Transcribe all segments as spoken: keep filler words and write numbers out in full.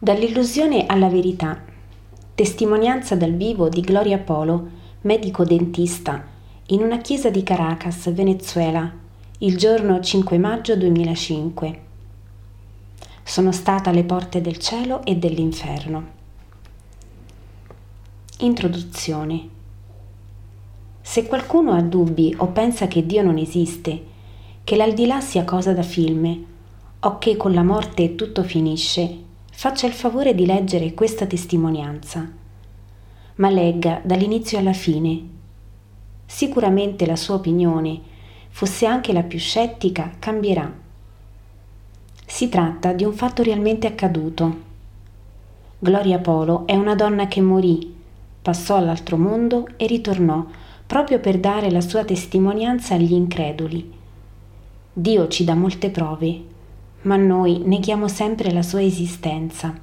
Dall'illusione alla verità. Testimonianza dal vivo di Gloria Polo, medico dentista, in una chiesa di Caracas, Venezuela, il giorno cinque maggio duemilacinque. Sono stata alle porte del cielo e dell'inferno. Introduzione. Se qualcuno ha dubbi o pensa che Dio non esiste, che l'aldilà sia cosa da film, o che con la morte tutto finisce, faccia il favore di leggere questa testimonianza, ma legga dall'inizio alla fine. Sicuramente la sua opinione, fosse anche la più scettica, cambierà. Si tratta di un fatto realmente accaduto. Gloria Polo è una donna che morì, passò all'altro mondo e ritornò proprio per dare la sua testimonianza agli increduli. Dio ci dà molte prove, ma noi neghiamo sempre la sua esistenza.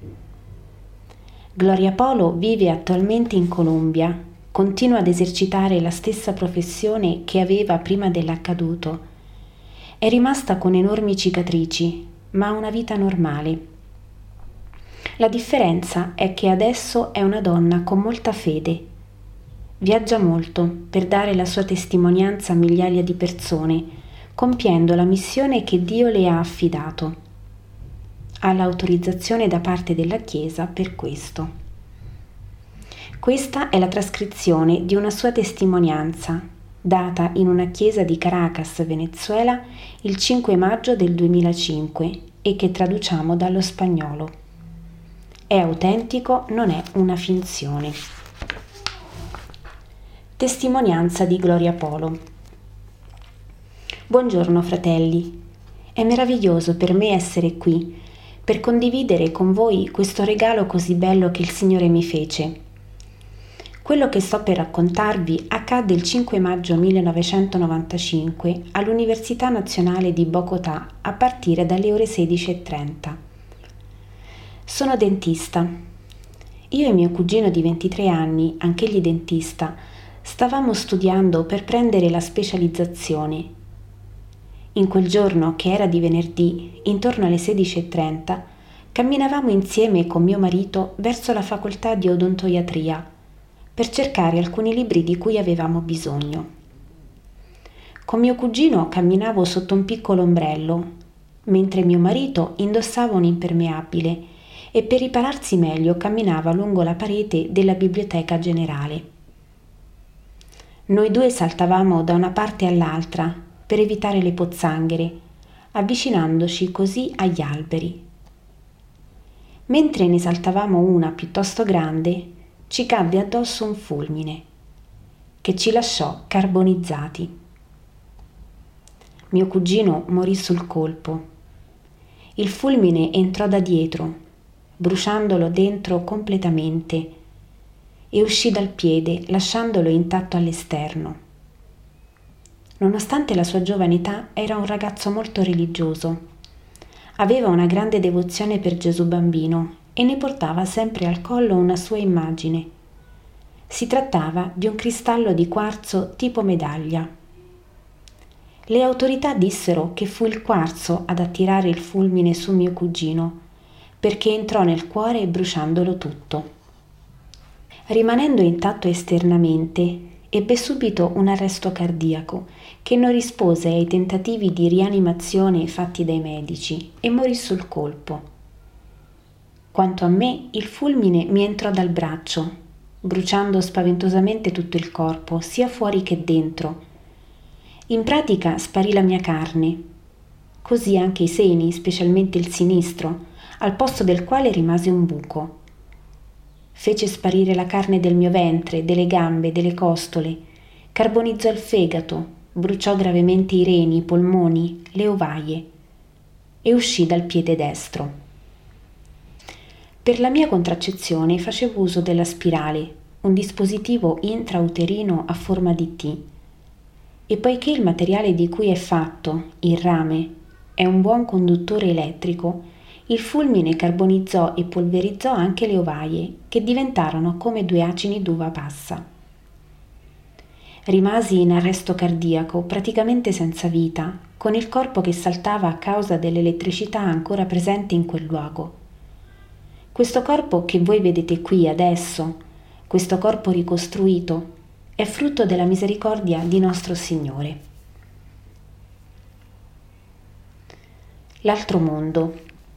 Gloria Polo vive attualmente in Colombia, continua ad esercitare la stessa professione che aveva prima dell'accaduto. È rimasta con enormi cicatrici, ma ha una vita normale. La differenza è che adesso è una donna con molta fede. Viaggia molto per dare la sua testimonianza a migliaia di persone, compiendo la missione che Dio le ha affidato. Ha l'autorizzazione da parte della Chiesa per questo. Questa è la trascrizione di una sua testimonianza, data in una chiesa di Caracas, Venezuela, il cinque maggio del duemilacinque e che traduciamo dallo spagnolo. È autentico, non è una finzione. Testimonianza di Gloria Polo. Buongiorno fratelli, è meraviglioso per me essere qui per condividere con voi questo regalo così bello che il Signore mi fece. Quello che sto per raccontarvi accadde il cinque maggio millenovecentonovantacinque all'Università Nazionale di Bogotà a partire dalle ore sedici e trenta. Sono dentista. Io e mio cugino di ventitré anni, anch'egli dentista, stavamo studiando per prendere la specializzazione. In quel giorno, che era di venerdì, intorno alle sedici e trenta, camminavamo insieme con mio marito verso la facoltà di odontoiatria per cercare alcuni libri di cui avevamo bisogno. Con mio cugino camminavo sotto un piccolo ombrello, mentre mio marito indossava un impermeabile e per ripararsi meglio camminava lungo la parete della biblioteca generale. Noi due saltavamo da una parte all'altra per evitare le pozzanghere, avvicinandoci così agli alberi. Mentre ne saltavamo una piuttosto grande, ci cadde addosso un fulmine, che ci lasciò carbonizzati. Mio cugino morì sul colpo. Il fulmine entrò da dietro, bruciandolo dentro completamente, e uscì dal piede, lasciandolo intatto all'esterno. Nonostante la sua giovane età, era un ragazzo molto religioso. Aveva una grande devozione per Gesù bambino e ne portava sempre al collo una sua immagine. Si trattava di un cristallo di quarzo tipo medaglia. Le autorità dissero che fu il quarzo ad attirare il fulmine su mio cugino, perché entrò nel cuore bruciandolo tutto. Rimanendo intatto esternamente, ebbe subito un arresto cardiaco che non rispose ai tentativi di rianimazione fatti dai medici e morì sul colpo. Quanto a me, il fulmine mi entrò dal braccio, bruciando spaventosamente tutto il corpo, sia fuori che dentro. In pratica sparì la mia carne, così anche i seni, specialmente il sinistro, al posto del quale rimase un buco. Fece sparire la carne del mio ventre, delle gambe, delle costole, carbonizzò il fegato, bruciò gravemente i reni, i polmoni, le ovaie e uscì dal piede destro. Per la mia contraccezione facevo uso della spirale, un dispositivo intrauterino a forma di T, e poiché il materiale di cui è fatto, il rame, è un buon conduttore elettrico, il fulmine carbonizzò e polverizzò anche le ovaie, che diventarono come due acini d'uva passa. Rimasi in arresto cardiaco, praticamente senza vita, con il corpo che saltava a causa dell'elettricità ancora presente in quel luogo. Questo corpo che voi vedete qui adesso, questo corpo ricostruito, è frutto della misericordia di nostro Signore. L'altro mondo.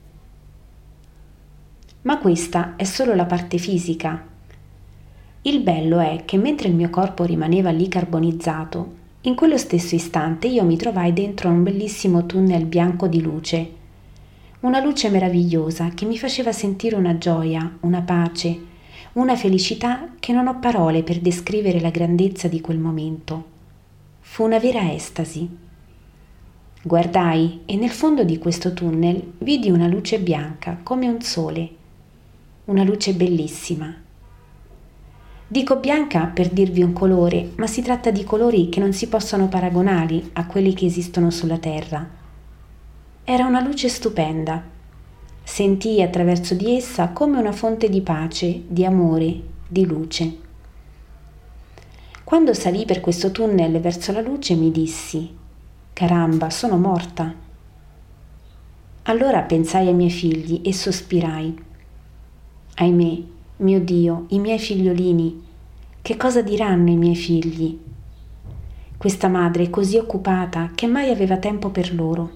Ma questa è solo la parte fisica. Il bello è che mentre il mio corpo rimaneva lì carbonizzato, in quello stesso istante io mi trovai dentro un bellissimo tunnel bianco di luce, una luce meravigliosa che mi faceva sentire una gioia, una pace, una felicità che non ho parole per descrivere la grandezza di quel momento. Fu una vera estasi. Guardai e nel fondo di questo tunnel vidi una luce bianca come un sole, una luce bellissima. Dico bianca per dirvi un colore, ma si tratta di colori che non si possono paragonare a quelli che esistono sulla Terra. Era una luce stupenda. Sentii attraverso di essa come una fonte di pace, di amore, di luce. Quando salì per questo tunnel verso la luce mi dissi: caramba, sono morta. Allora pensai ai miei figli e sospirai. Ahimè, mio Dio, i miei figliolini, che cosa diranno i miei figli? Questa madre così occupata che mai aveva tempo per loro.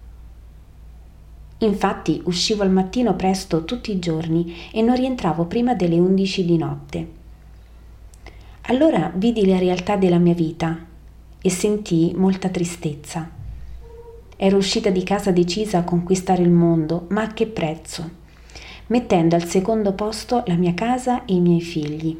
Infatti uscivo al mattino presto tutti i giorni e non rientravo prima delle undici di notte. Allora vidi la realtà della mia vita e sentii molta tristezza. Ero uscita di casa decisa a conquistare il mondo, ma a che prezzo? Mettendo al secondo posto la mia casa e i miei figli.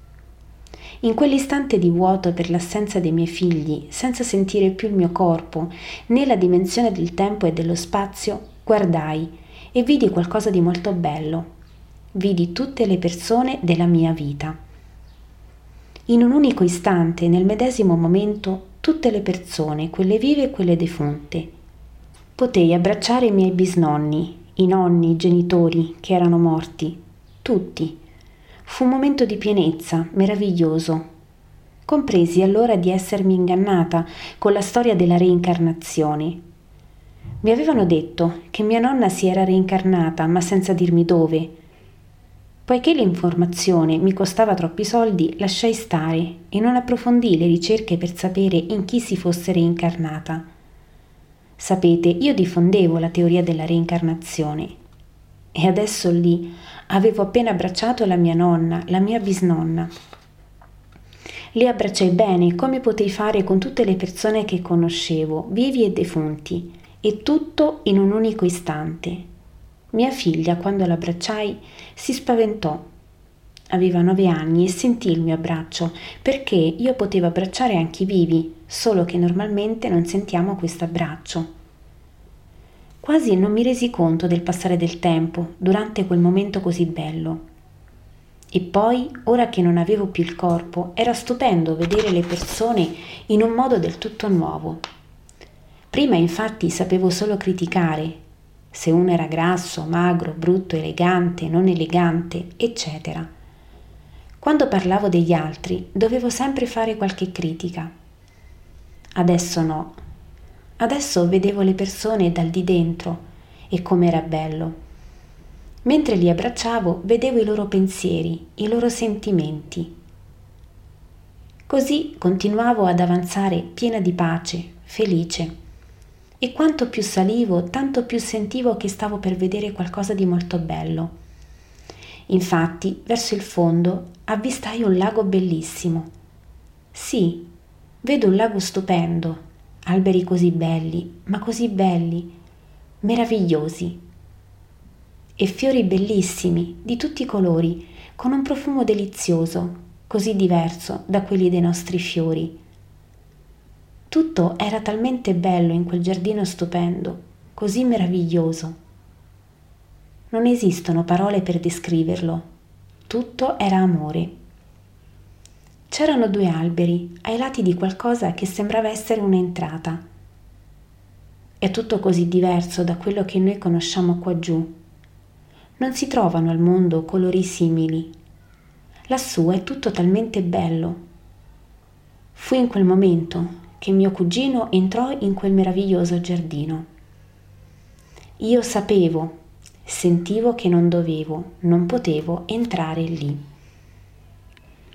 In quell'istante di vuoto per l'assenza dei miei figli, senza sentire più il mio corpo, né la dimensione del tempo e dello spazio, guardai e vidi qualcosa di molto bello. Vidi tutte le persone della mia vita. In un unico istante, nel medesimo momento, tutte le persone, quelle vive e quelle defunte. Potei abbracciare i miei bisnonni, i nonni, i genitori che erano morti, tutti. Fu un momento di pienezza, meraviglioso. Compresi allora di essermi ingannata con la storia della reincarnazione. Mi avevano detto che mia nonna si era reincarnata, ma senza dirmi dove. Poiché l'informazione mi costava troppi soldi, lasciai stare e non approfondii le ricerche per sapere in chi si fosse reincarnata. Sapete, io diffondevo la teoria della reincarnazione e adesso lì avevo appena abbracciato la mia nonna, la mia bisnonna. Li abbracciai bene, come potei fare con tutte le persone che conoscevo, vivi e defunti, e tutto in un unico istante. Mia figlia, quando l'abbracciai, si spaventò. Aveva nove anni e sentì il mio abbraccio, perché io potevo abbracciare anche i vivi, solo che normalmente non sentiamo questo abbraccio. Quasi non mi resi conto del passare del tempo durante quel momento così bello. E poi, ora che non avevo più il corpo, era stupendo vedere le persone in un modo del tutto nuovo. Prima infatti sapevo solo criticare, se uno era grasso, magro, brutto, elegante, non elegante, eccetera. Quando parlavo degli altri dovevo sempre fare qualche critica. Adesso no. Adesso vedevo le persone dal di dentro e com'era bello. Mentre li abbracciavo vedevo i loro pensieri, i loro sentimenti. Così continuavo ad avanzare piena di pace, felice. E quanto più salivo, tanto più sentivo che stavo per vedere qualcosa di molto bello. Infatti, verso il fondo, avvistai un lago bellissimo. Sì, vedo un lago stupendo, alberi così belli, ma così belli, meravigliosi. E fiori bellissimi, di tutti i colori, con un profumo delizioso, così diverso da quelli dei nostri fiori. Tutto era talmente bello in quel giardino stupendo, così meraviglioso. Non esistono parole per descriverlo. Tutto era amore. C'erano due alberi ai lati di qualcosa che sembrava essere un'entrata. È tutto così diverso da quello che noi conosciamo qua giù. Non si trovano al mondo colori simili. Lassù è tutto talmente bello. Fu in quel momento che mio cugino entrò in quel meraviglioso giardino. Io sapevo, Sentivo che non dovevo, non potevo entrare lì.